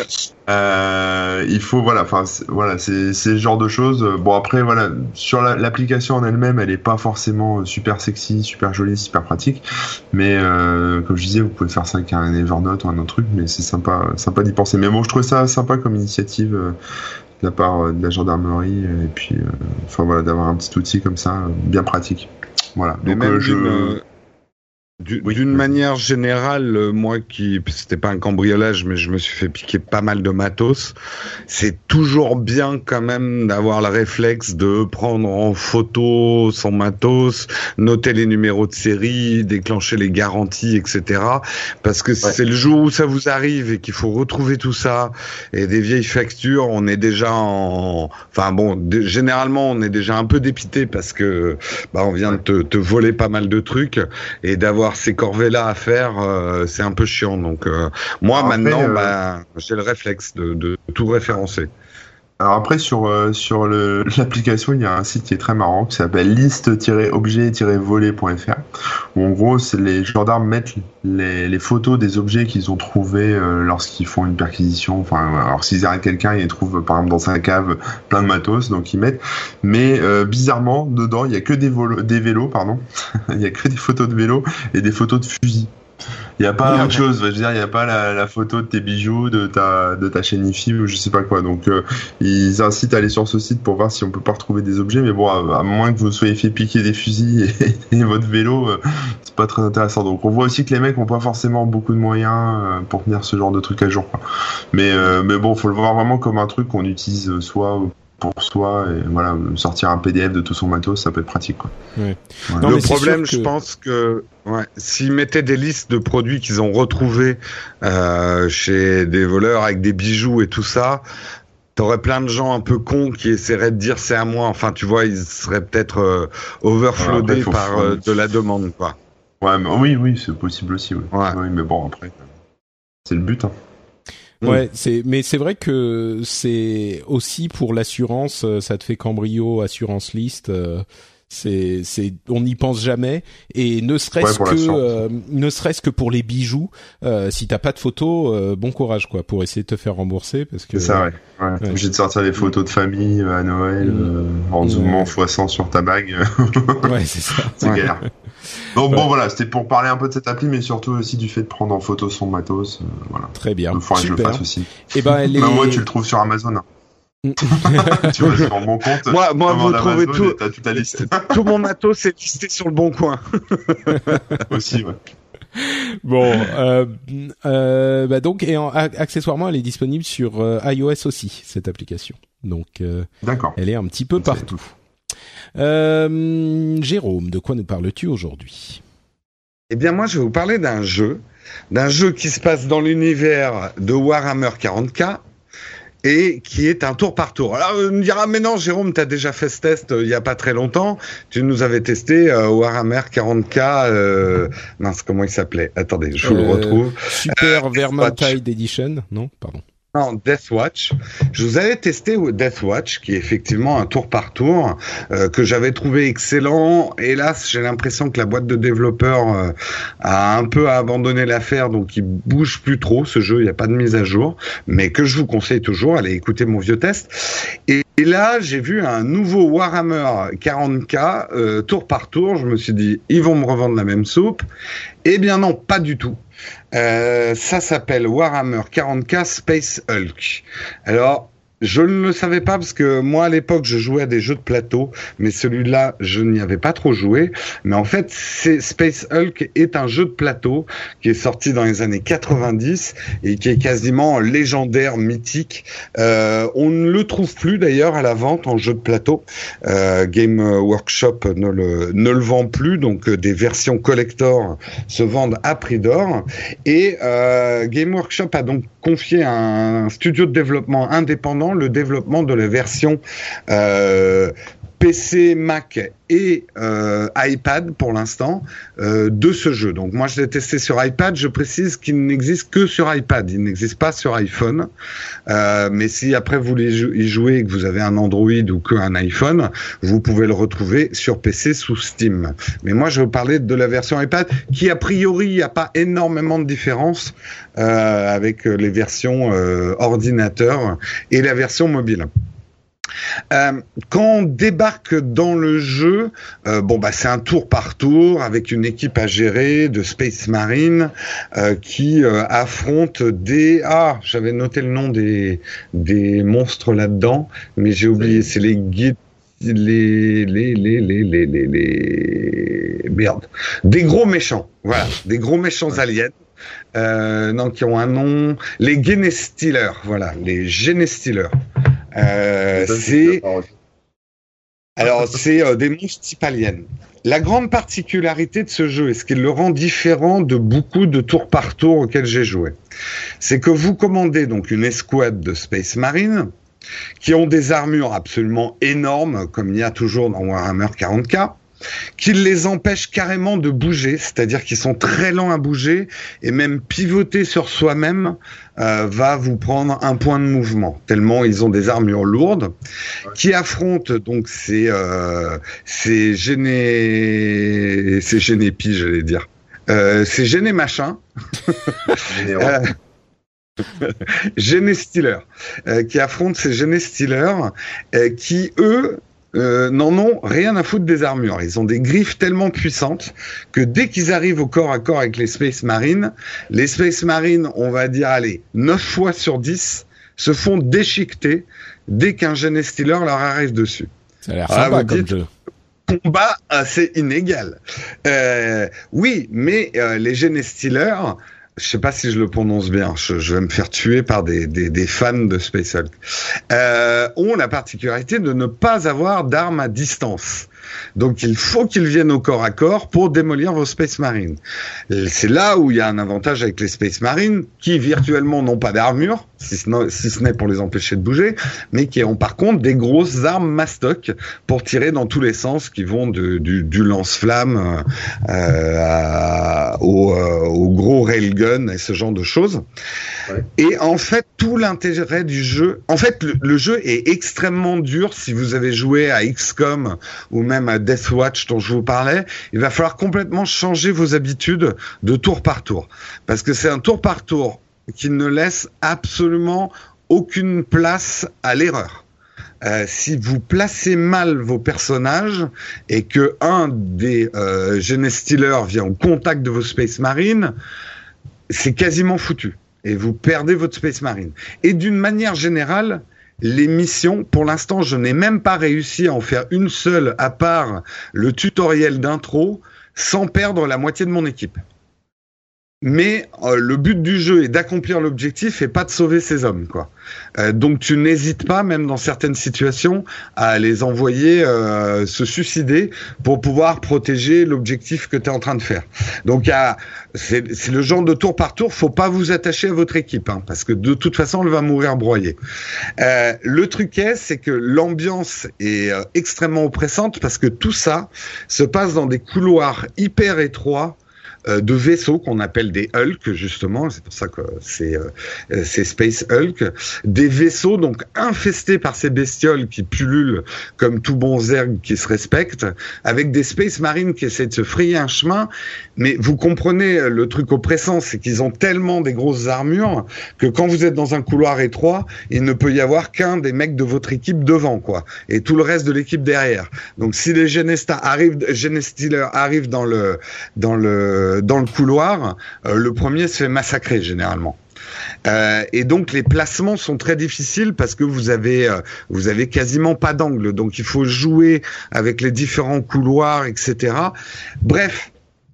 Euh, il faut voilà, enfin voilà, c'est c'est ce genre de choses. Bon après voilà, sur la, l'application en elle-même, elle est pas forcément super sexy, super jolie, super pratique, mais euh, comme je disais, vous pouvez faire ça avec un Evernote ou un autre truc, mais c'est sympa, sympa d'y penser. Mais bon, je trouvais ça sympa comme initiative. Euh, de la part de la gendarmerie et puis euh, enfin voilà, d'avoir un petit outil comme ça euh, bien pratique. Voilà. Mais donc même euh, je d'une, euh, du, oui, d'une oui. manière générale, euh, moi qui c'était pas un cambriolage, mais je me suis fait piquer pas mal de matos. C'est toujours bien quand même d'avoir le réflexe de prendre en photo son matos, noter les numéros de série, déclencher les garanties, et cetera. Parce que ouais. c'est le jour où ça vous arrive et qu'il faut retrouver tout ça et des vieilles factures, on est déjà en, enfin bon, de... généralement on est déjà un peu dépité parce que bah on vient de te, te voler pas mal de trucs et d'avoir ces corvées-là à faire, euh, c'est un peu chiant. Donc euh, moi après, maintenant, euh... bah, j'ai le réflexe de, de tout référencer. Alors après sur euh, sur le, l'application, il y a un site qui est très marrant qui s'appelle liste tiret objet tiret volé point f r où en gros c'est les gendarmes mettent les, les photos des objets qu'ils ont trouvés euh, lorsqu'ils font une perquisition. Enfin, alors s'ils arrêtent quelqu'un, ils trouvent par exemple dans sa cave plein de matos, donc ils mettent. Mais euh, bizarrement, dedans, il y a que des, volo- des vélos, pardon. Il y a que des photos de vélos et des photos de fusils. Il y a pas oui, autre chose, je veux dire, il y a pas la, la photo de tes bijoux, de ta de ta chaîne I-F I ou je sais pas quoi. Donc euh, ils incitent à aller sur ce site pour voir si on peut pas retrouver des objets, mais bon, à, à moins que vous soyez fait piquer des fusils et, et votre vélo, euh, c'est pas très intéressant. Donc on voit aussi que les mecs ont pas forcément beaucoup de moyens euh, pour tenir ce genre de truc à jour, quoi. Mais euh, mais bon, faut le voir vraiment comme un truc qu'on utilise euh, soit pour soi et voilà, sortir un P D F de tout son matos, ça peut être pratique, quoi. Ouais. Ouais. Non, le problème, que... je pense que ouais, s'ils mettaient des listes de produits qu'ils ont retrouvés euh, chez des voleurs avec des bijoux et tout ça, t'aurais plein de gens un peu cons qui essaieraient de dire c'est à moi. Enfin, tu vois, ils seraient peut-être euh, overfloadés ouais, par euh, de la demande, quoi. Ouais, mais oui, oui, c'est possible aussi. Oui. Ouais. Oui, mais bon, après, c'est le but, hein. Ouais, mmh. c'est mais c'est vrai que c'est aussi pour l'assurance, ça te fait Cambrio Assurance List, euh, C'est, c'est, on n'y pense jamais, et ne serait-ce ouais, que, euh, ne serait-ce que pour les bijoux, euh, si t'as pas de photos, euh, bon courage quoi, pour essayer de te faire rembourser, parce que. C'est ça, ouais. ouais. ouais. T'es obligé de sortir les photos de famille euh, à Noël, mmh. euh, en ouais. zoomant fois cent sur ta bague. Ouais, c'est ça. C'est ouais. galère. Donc ouais. bon, voilà, c'était pour parler un peu de cette appli, mais surtout aussi du fait de prendre en photo son matos, euh, voilà. Très bien. Il faudrait que je le fasse aussi. Et ben, les... Même moi, tu le trouves sur Amazon. Hein. Tu vois, sur mon compte. Moi, moi vous trouvez tout. T'as toute la liste. Tout mon matos est listé sur le bon coin. Aussi, ouais. Bon, euh, euh, bah donc, et en, accessoirement, elle est disponible sur euh, iOS aussi, cette application. Donc, euh, d'accord. Elle est un petit peu partout. Euh, Jérôme, de quoi nous parles-tu aujourd'hui ? Eh bien, moi, je vais vous parler d'un jeu, d'un jeu qui se passe dans l'univers de Warhammer quarante K. Et qui est un tour par tour. Alors, on me dira, mais non, Jérôme, t'as déjà fait ce test euh, il y a pas très longtemps. Tu nous avais testé euh, Warhammer quarante K. Euh... Mince, comment il s'appelait ? Attendez, je vous euh, le retrouve. Super euh, Vermintide Edition, non ? Pardon. Non, Deathwatch. Je vous avais testé Deathwatch, qui est effectivement un tour par tour, euh, que j'avais trouvé excellent. Hélas, j'ai l'impression que la boîte de développeurs euh, a un peu abandonné l'affaire, donc il bouge plus trop ce jeu, il n'y a pas de mise à jour, mais que je vous conseille toujours, allez écouter mon vieux test. Et, et là, j'ai vu un nouveau Warhammer quarante K, euh, tour par tour, je me suis dit, ils vont me revendre la même soupe. Eh bien non, pas du tout. Euh, ça s'appelle Warhammer quarante K Space Hulk. Alors, je ne le savais pas parce que moi à l'époque je jouais à des jeux de plateau, mais celui-là je n'y avais pas trop joué. Mais en fait, c'est Space Hulk est un jeu de plateau qui est sorti dans les années quatre-vingt-dix et qui est quasiment légendaire, mythique. Euh, on ne le trouve plus d'ailleurs à la vente en jeu de plateau. Euh, Game Workshop ne le ne le vend plus, donc euh, des versions collector se vendent à prix d'or. Et euh, Game Workshop a donc confié à un studio de développement indépendant le développement de la version euh, P C, Mac et euh, iPad pour l'instant euh, de ce jeu. Donc moi je l'ai testé sur iPad, je précise qu'il n'existe que sur iPad, il n'existe pas sur iPhone. Euh, mais si après vous voulez y jouer et que vous avez un Android ou qu'un iPhone, vous pouvez le retrouver sur P C sous Steam. Mais moi je vais vous parler de la version iPad qui a priori il n'y a pas énormément de différence euh, avec les versions euh, ordinateur et la version mobile. Euh, quand on débarque dans le jeu, euh, bon bah c'est un tour par tour avec une équipe à gérer de Space Marine euh, qui euh, affronte des ah j'avais noté le nom des des monstres là-dedans, mais j'ai oublié, c'est les guides. Les, les, les, les, les, les, les, merde. Des gros méchants. Voilà. Des gros méchants aliens. Euh, non, qui ont un nom. Les Genestealers. Voilà. Les Genestealers. Euh, c'est, alors, c'est euh, des monstres type aliens. La grande particularité de ce jeu, et ce qui le rend différent de beaucoup de tours par tour auxquels j'ai joué, c'est que vous commandez donc une escouade de Space Marine qui ont des armures absolument énormes, comme il y a toujours dans Warhammer quarante K, qui les empêchent carrément de bouger, c'est-à-dire qu'ils sont très lents à bouger, et même pivoter sur soi-même euh, va vous prendre un point de mouvement, tellement ils ont des armures lourdes, ouais. Qui affrontent donc ces, euh, ces géné... ces génépis, j'allais dire, euh, ces géné machins. euh, Genestealers, euh, qui affrontent ces Genestealers euh, qui, eux, euh, n'en ont rien à foutre des armures. Ils ont des griffes tellement puissantes que dès qu'ils arrivent au corps à corps avec les Space Marines, les Space Marines, on va dire, allez, neuf fois sur dix, se font déchiqueter dès qu'un Genestealer leur arrive dessus. Ça a l'air sympa ah, comme dites, jeu. Combat assez inégal. Euh, oui, mais euh, les Genestealers... Je sais pas si je le prononce bien, je, je vais me faire tuer par des, des, des fans de Space Hulk, euh, ont la particularité de ne pas avoir d'armes à distance. Donc il faut qu'ils viennent au corps à corps pour démolir vos Space Marines. C'est là où il y a un avantage avec les Space Marines, qui virtuellement n'ont pas d'armure, si ce, si ce n'est pour les empêcher de bouger, mais qui ont par contre des grosses armes mastoc pour tirer dans tous les sens, qui vont de, du, du lance-flamme euh, à, au, euh, au gros railgun et ce genre de choses. Ouais. Et en fait, tout l'intérêt du jeu... En fait, le, le jeu est extrêmement dur si vous avez joué à X COM ou même même à Death Watch dont je vous parlais, il va falloir complètement changer vos habitudes de tour par tour. Parce que c'est un tour par tour qui ne laisse absolument aucune place à l'erreur. Euh, si vous placez mal vos personnages et que un des euh, Genestealers vient au contact de vos Space Marines, c'est quasiment foutu. Et vous perdez votre Space Marine. Et d'une manière générale, les missions, pour l'instant, je n'ai même pas réussi à en faire une seule, à part le tutoriel d'intro, sans perdre la moitié de mon équipe. Mais euh, le but du jeu est d'accomplir l'objectif et pas de sauver ces hommes, quoi. Euh, donc tu n'hésites pas, même dans certaines situations, à les envoyer euh, se suicider pour pouvoir protéger l'objectif que tu es en train de faire. Donc y a, c'est, c'est le genre de tour par tour, faut pas vous attacher à votre équipe, hein, parce que de toute façon elle va mourir broyée. Euh, le truc est, c'est que l'ambiance est euh, extrêmement oppressante parce que tout ça se passe dans des couloirs hyper étroits de vaisseaux qu'on appelle des Hulk, justement, c'est pour ça que c'est, euh, c'est Space Hulk, des vaisseaux donc infestés par ces bestioles qui pullulent comme tout bon Zerg qui se respecte, avec des Space Marines qui essaient de se frayer un chemin, mais vous comprenez le truc oppressant, c'est qu'ils ont tellement des grosses armures que quand vous êtes dans un couloir étroit, il ne peut y avoir qu'un des mecs de votre équipe devant, quoi, et tout le reste de l'équipe derrière. Donc si les Genesta arrivent, Genestealers arrivent dans le, dans le dans le couloir, euh, le premier se fait massacrer généralement. Euh, et donc les placements sont très difficiles parce que vous avez euh, vous avez quasiment pas d'angle, donc il faut jouer avec les différents couloirs, et cetera. Bref,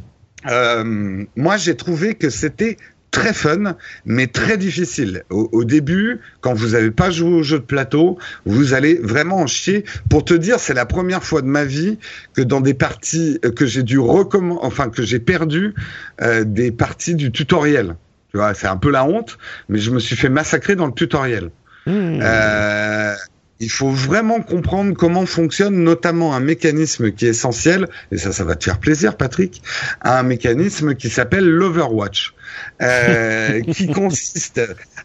euh, moi j'ai trouvé que c'était très fun, mais très difficile. Au, au début, quand vous n'avez pas joué au jeu de plateau, vous allez vraiment en chier. Pour te dire, c'est la première fois de ma vie que dans des parties euh, que j'ai dû recommencer, enfin que j'ai perdu euh, des parties du tutoriel. Tu vois, c'est un peu la honte, mais je me suis fait massacrer dans le tutoriel. Mmh. Euh, il faut vraiment comprendre comment fonctionne notamment un mécanisme qui est essentiel, et ça, ça va te faire plaisir, Patrick, un mécanisme qui s'appelle l'Overwatch, euh, qui consiste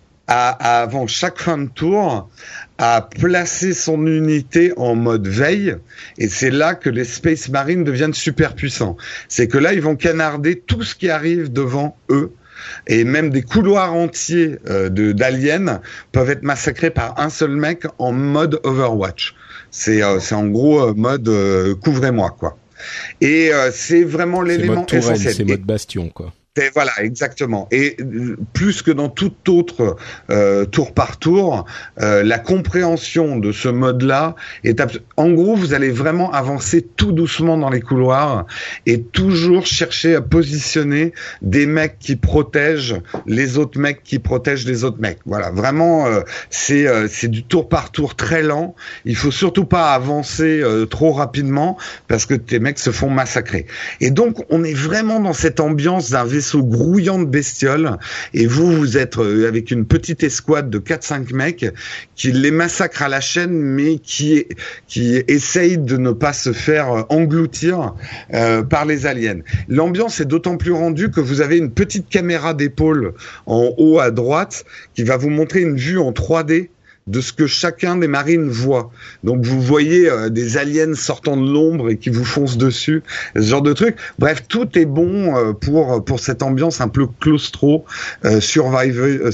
à, à, avant chaque fin de tour, à placer son unité en mode veille, et c'est là que les Space Marines deviennent super puissants. C'est que là, ils vont canarder tout ce qui arrive devant eux, et même des couloirs entiers euh, de d'aliens peuvent être massacrés par un seul mec en mode Overwatch. C'est euh, c'est en gros euh, mode euh, couvrez-moi, quoi. Et euh, c'est vraiment l'élément c'est mode tourelle, essentiel. C'est mode bastion, quoi. Et voilà, exactement. Et plus que dans tout autre euh, tour par tour, euh, la compréhension de ce mode-là est abs- en gros, vous allez vraiment avancer tout doucement dans les couloirs et toujours chercher à positionner des mecs qui protègent les autres mecs qui protègent les autres mecs. Voilà, vraiment, euh, c'est euh, c'est du tour par tour très lent. Il faut surtout pas avancer euh, trop rapidement parce que tes mecs se font massacrer. Et donc, on est vraiment dans cette ambiance d'un vaisseau grouillant de bestioles, et vous, vous êtes euh, avec une petite escouade de quatre cinq mecs qui les massacrent à la chaîne, mais qui, qui essayent de ne pas se faire euh, engloutir euh, par les aliens. L'ambiance est d'autant plus rendue que vous avez une petite caméra d'épaule en haut à droite qui va vous montrer une vue en trois D de ce que chacun des marines voit. Donc vous voyez euh, des aliens sortant de l'ombre et qui vous foncent dessus, ce genre de truc. Bref, tout est bon euh, pour pour cette ambiance un peu claustro, euh, survive, euh,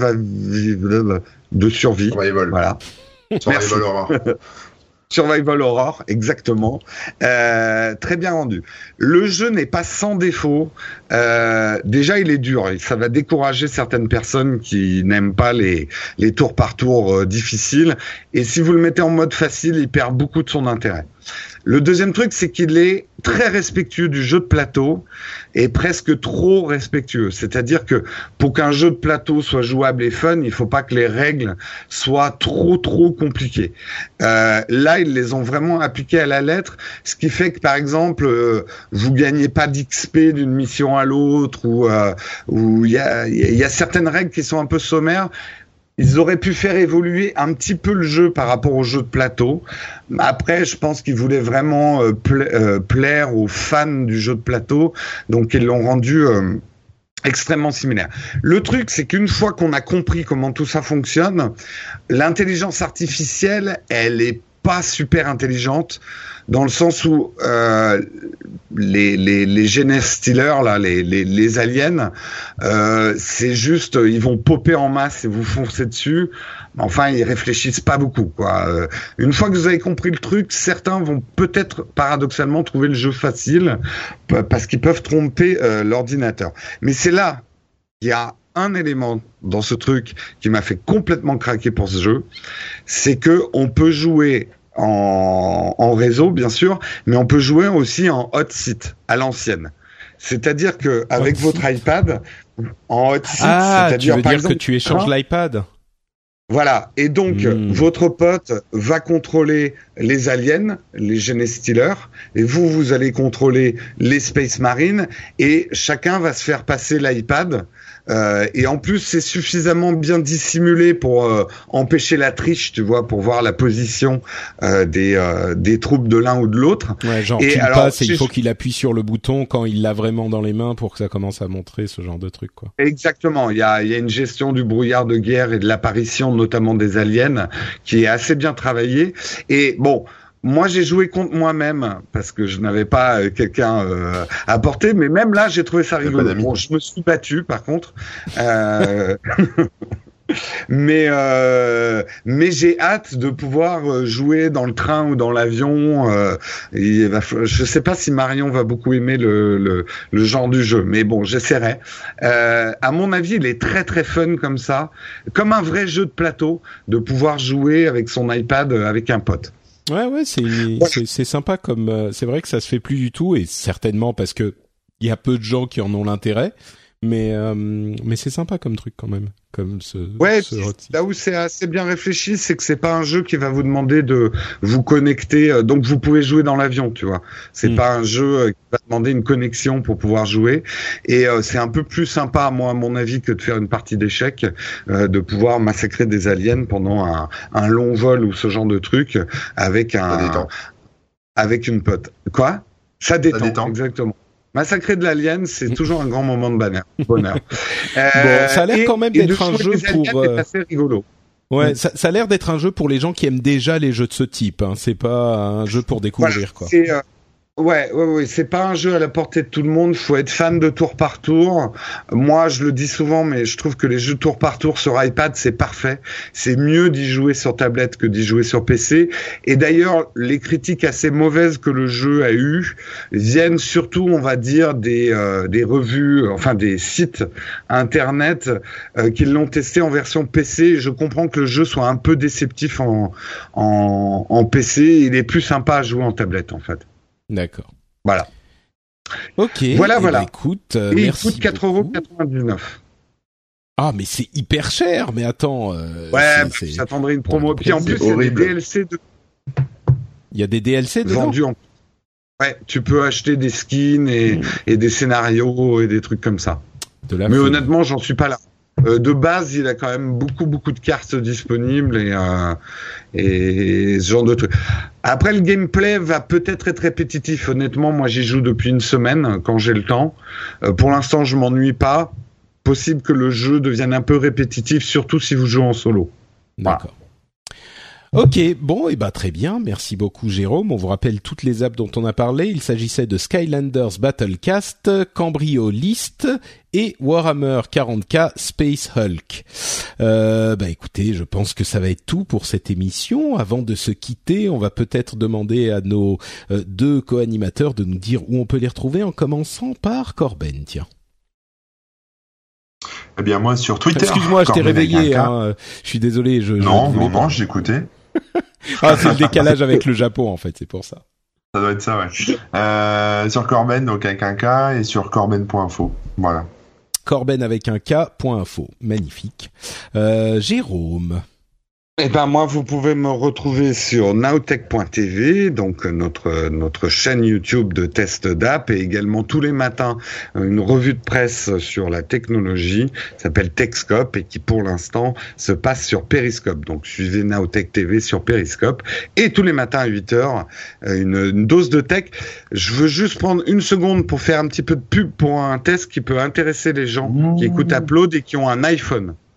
survive, de survie. Survival. Voilà. Survival horror. Survival Horror, exactement. Euh, très bien rendu. Le jeu n'est pas sans défaut. Euh, déjà, il est dur et ça va décourager certaines personnes qui n'aiment pas les les tours par tour euh, difficiles. Et si vous le mettez en mode facile, il perd beaucoup de son intérêt. Le deuxième truc, c'est qu'il est très respectueux du jeu de plateau et presque trop respectueux. C'est-à-dire que pour qu'un jeu de plateau soit jouable et fun, il faut pas que les règles soient trop trop compliquées. Euh, là, ils les ont vraiment appliquées à la lettre, ce qui fait que par exemple, euh, vous gagnez pas d'X P d'une mission à l'autre, ou euh, où il y a il y a certaines règles qui sont un peu sommaires. Ils auraient pu faire évoluer un petit peu le jeu par rapport au jeu de plateau. Après, je pense qu'ils voulaient vraiment euh, pla- euh, plaire aux fans du jeu de plateau, donc ils l'ont rendu euh, extrêmement similaire. Le truc, c'est qu'une fois qu'on a compris comment tout ça fonctionne, l'intelligence artificielle, elle est pas super intelligentes dans le sens où euh, les les les Genestealers là, les les les aliens, euh, c'est juste ils vont popper en masse et vous foncer dessus. Enfin, ils réfléchissent pas beaucoup, quoi. Euh, une fois que vous avez compris le truc, certains vont peut-être paradoxalement trouver le jeu facile parce qu'ils peuvent tromper euh, l'ordinateur. Mais c'est là qu'il y a un élément dans ce truc qui m'a fait complètement craquer pour ce jeu, c'est que on peut jouer en, en réseau, bien sûr, mais on peut jouer aussi en hot seat à l'ancienne. C'est-à-dire que avec hot votre seat. iPad, en hot seat, ah, c'est-à-dire tu veux par dire exemple, que tu échanges hein l'iPad. Voilà, et donc mmh. votre pote va contrôler les aliens, les Genestealers, et vous, vous allez contrôler les Space Marines, et chacun va se faire passer l'iPad. Euh, et en plus, c'est suffisamment bien dissimulé pour euh, empêcher la triche, tu vois, pour voir la position euh, des euh, des troupes de l'un ou de l'autre. Ouais, genre et tu alors, passes et il faut qu'il appuie sur le bouton quand il l'a vraiment dans les mains pour que ça commence à montrer ce genre de truc, quoi. Exactement. Il y a il y a une gestion du brouillard de guerre et de l'apparition notamment des aliens qui est assez bien travaillée. Et bon. Moi, j'ai joué contre moi-même parce que je n'avais pas euh, quelqu'un euh, à porter, mais même là, j'ai trouvé ça rigolo. Bon, je me suis battu, par contre, euh... mais euh... mais j'ai hâte de pouvoir jouer dans le train ou dans l'avion. Euh... Il va... Je sais pas si Marion va beaucoup aimer le le, le genre du jeu, mais bon, j'essaierai. Euh... À mon avis, il est très très fun comme ça, comme un vrai jeu de plateau, de pouvoir jouer avec son iPad avec un pote. Ouais, ouais, c'est, ouais. c'est, c'est sympa comme, euh, c'est vrai que ça se fait plus du tout et certainement parce que il y a peu de gens qui en ont l'intérêt, mais, euh, mais c'est sympa comme truc quand même, comme ce, ouais, ce là où c'est assez bien réfléchi, c'est que c'est pas un jeu qui va vous demander de vous connecter, euh, donc vous pouvez jouer dans l'avion, tu vois. C'est mmh. pas un jeu euh, qui va demander une connexion pour pouvoir jouer et euh, c'est un peu plus sympa, moi, à mon avis, que de faire une partie d'échecs, euh, de pouvoir massacrer des aliens pendant un, un long vol ou ce genre de truc avec un, avec une pote. Quoi? Ça détend, Ça détend. Exactement. Massacrer de l'alien, c'est toujours un grand moment de bonheur. bonheur. Euh, bon, ça a l'air et, quand même d'être un jeu pour. C'est assez rigolo. Ouais, mmh. ça, ça a l'air d'être un jeu pour les gens qui aiment déjà les jeux de ce type. Hein. C'est pas un jeu pour découvrir, voilà, quoi. C'est, euh, Ouais, ouais, ouais, c'est pas un jeu à la portée de tout le monde. Faut être fan de tour par tour. Moi, je le dis souvent, mais je trouve que les jeux tour par tour sur iPad, c'est parfait. C'est mieux d'y jouer sur tablette que d'y jouer sur P C. Et d'ailleurs, les critiques assez mauvaises que le jeu a eues viennent surtout, on va dire, des euh, des revues, enfin des sites internet euh, qui l'ont testé en version P C. Je comprends que le jeu soit un peu déceptif en en, en P C. Il est plus sympa à jouer en tablette, en fait. D'accord. Voilà. Ok. Voilà, et voilà. Bah, écoute, euh, et merci il coûte quatre euros quatre-vingt-dix-neuf. Ah, mais c'est hyper cher. Mais attends. Euh, ouais, c'est, c'est... j'attendrai une promo. Puis en plus, il y a des D L C de. Il y a des D L C dedans. Vendus en. Ouais, tu peux acheter des skins et, mmh. et des scénarios et des trucs comme ça. De la mais foule. Honnêtement, j'en suis pas là. Euh, de base, il a quand même beaucoup beaucoup de cartes disponibles et euh, et ce genre de trucs. Après, le gameplay va peut-être être répétitif. Honnêtement, moi, j'y joue depuis une semaine quand j'ai le temps. Euh, pour l'instant, je m'ennuie pas. Possible que le jeu devienne un peu répétitif, surtout si vous jouez en solo. D'accord. Voilà. Ok, bon, et bah très bien, merci beaucoup Jérôme. On vous rappelle toutes les apps dont on a parlé. Il s'agissait de Skylanders Battlecast, Cambrio List et Warhammer quarante K Space Hulk. Euh, bah écoutez, je pense que ça va être tout pour cette émission. Avant de se quitter, on va peut-être demander à nos euh, deux co-animateurs de nous dire où on peut les retrouver, en commençant par Corben, tiens. Eh bien moi sur Twitter. Excuse-moi, je t'ai réveillé. Hein. Je suis désolé. Je, non, je non, non, j'écoutais. Ah, c'est le décalage avec le Japon en fait, c'est pour ça. Ça doit être ça, ouais. Euh, sur Corben, donc avec un K, et sur corben point info. Voilà. Corben avec un K point info. Magnifique. Euh, Jérôme. Eh ben moi, vous pouvez me retrouver sur nowtech point t v, donc notre notre chaîne YouTube de test d'app, et également tous les matins une revue de presse sur la technologie, qui s'appelle Techscope et qui pour l'instant se passe sur Periscope. Donc suivez Nowtech T V sur Periscope, et tous les matins à huit heures une, une dose de tech. Je veux juste prendre une seconde pour faire un petit peu de pub pour un test qui peut intéresser les gens qui écoutent Upload et qui ont un iPhone.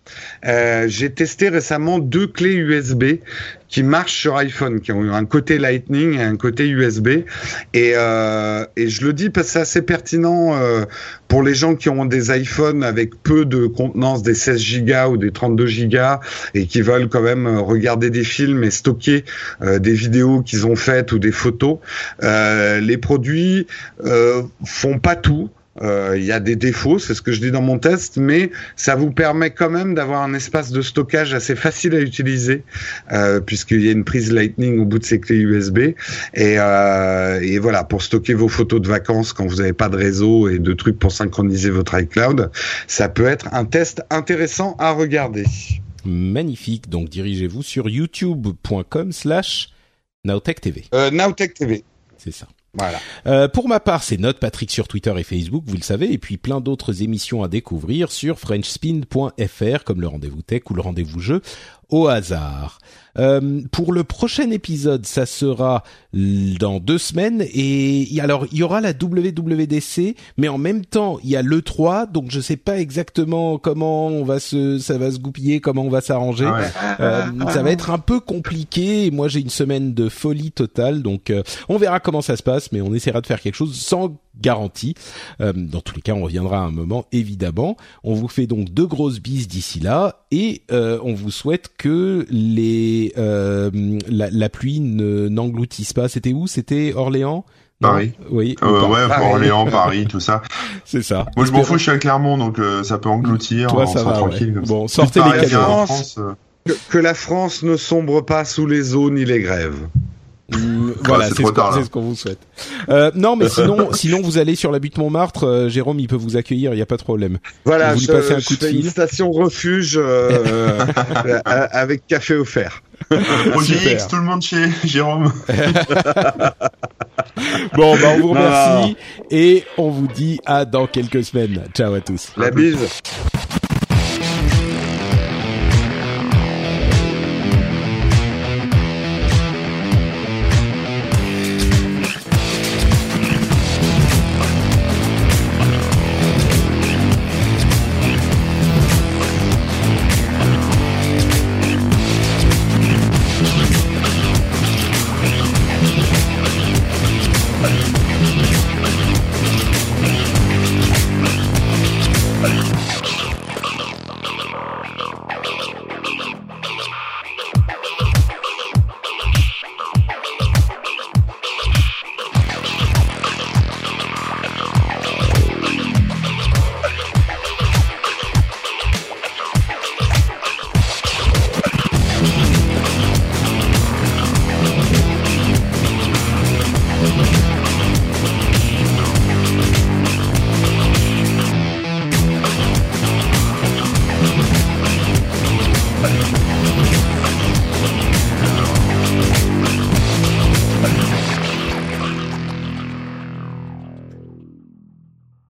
Euh, j'ai testé récemment deux clés U S B qui marchent sur iPhone, qui ont un côté Lightning et un côté U S B. Et, euh, et je le dis parce que c'est assez pertinent euh, pour les gens qui ont des iPhones avec peu de contenance, des seize gigas ou des trente-deux gigas, et qui veulent quand même regarder des films et stocker euh, des vidéos qu'ils ont faites ou des photos. Euh, les produits euh, font pas tout. Il euh, y a des défauts, c'est ce que je dis dans mon test, mais ça vous permet quand même d'avoir un espace de stockage assez facile à utiliser, euh, puisqu'il y a une prise Lightning au bout de ces clés U S B. Et, euh, et voilà, pour stocker vos photos de vacances quand vous n'avez pas de réseau et de trucs pour synchroniser votre iCloud, ça peut être un test intéressant à regarder. Magnifique, donc dirigez-vous sur youtube.com slash nowtechtv. Euh, nowtechtv. C'est ça. Voilà. Euh, pour ma part, c'est Note Patrick sur Twitter et Facebook, vous le savez, et puis plein d'autres émissions à découvrir sur frenchspin point f r, comme le rendez-vous tech ou le rendez-vous jeu, au hasard. Euh, pour le prochain épisode, ça sera dans deux semaines, et alors il y aura la W W D C, mais en même temps il y a l'E trois, donc je sais pas exactement comment on va se, ça va se goupiller, comment on va s'arranger. Ah ouais. euh, ça va être un peu compliqué. Moi j'ai une semaine de folie totale, donc euh, on verra comment ça se passe, mais on essaiera de faire quelque chose sans garantie. Euh, dans tous les cas, on reviendra à un moment évidemment. On vous fait donc deux grosses bises d'ici là, et euh, on vous souhaite que les Euh, la, la pluie ne, n'engloutisse pas. C'était où? C'était Orléans? Paris. Non oui. Euh, ouais, Paris. Orléans, Paris, tout ça. C'est ça. Moi, je m'en fous, je suis à Clermont, donc euh, ça peut engloutir. Toi, on ça sera va, tranquille. ouais. Comme bon, ça. sortez les canons. France, euh... que, que la France ne sombre pas sous les eaux ni les grèves. Mmh, voilà, c'est, c'est, ce tard, c'est ce qu'on vous souhaite. Euh, non, mais sinon, sinon vous allez sur la butte Montmartre. Euh, Jérôme, il peut vous accueillir, il y a pas de problème. Voilà, vous je, lui passez un je coup de fais fil. Une station refuge euh, avec café offert. Projet X, tout le monde chez Jérôme. Bon, bah on vous remercie non, non. et on vous dit à dans quelques semaines. Ciao à tous. La bise.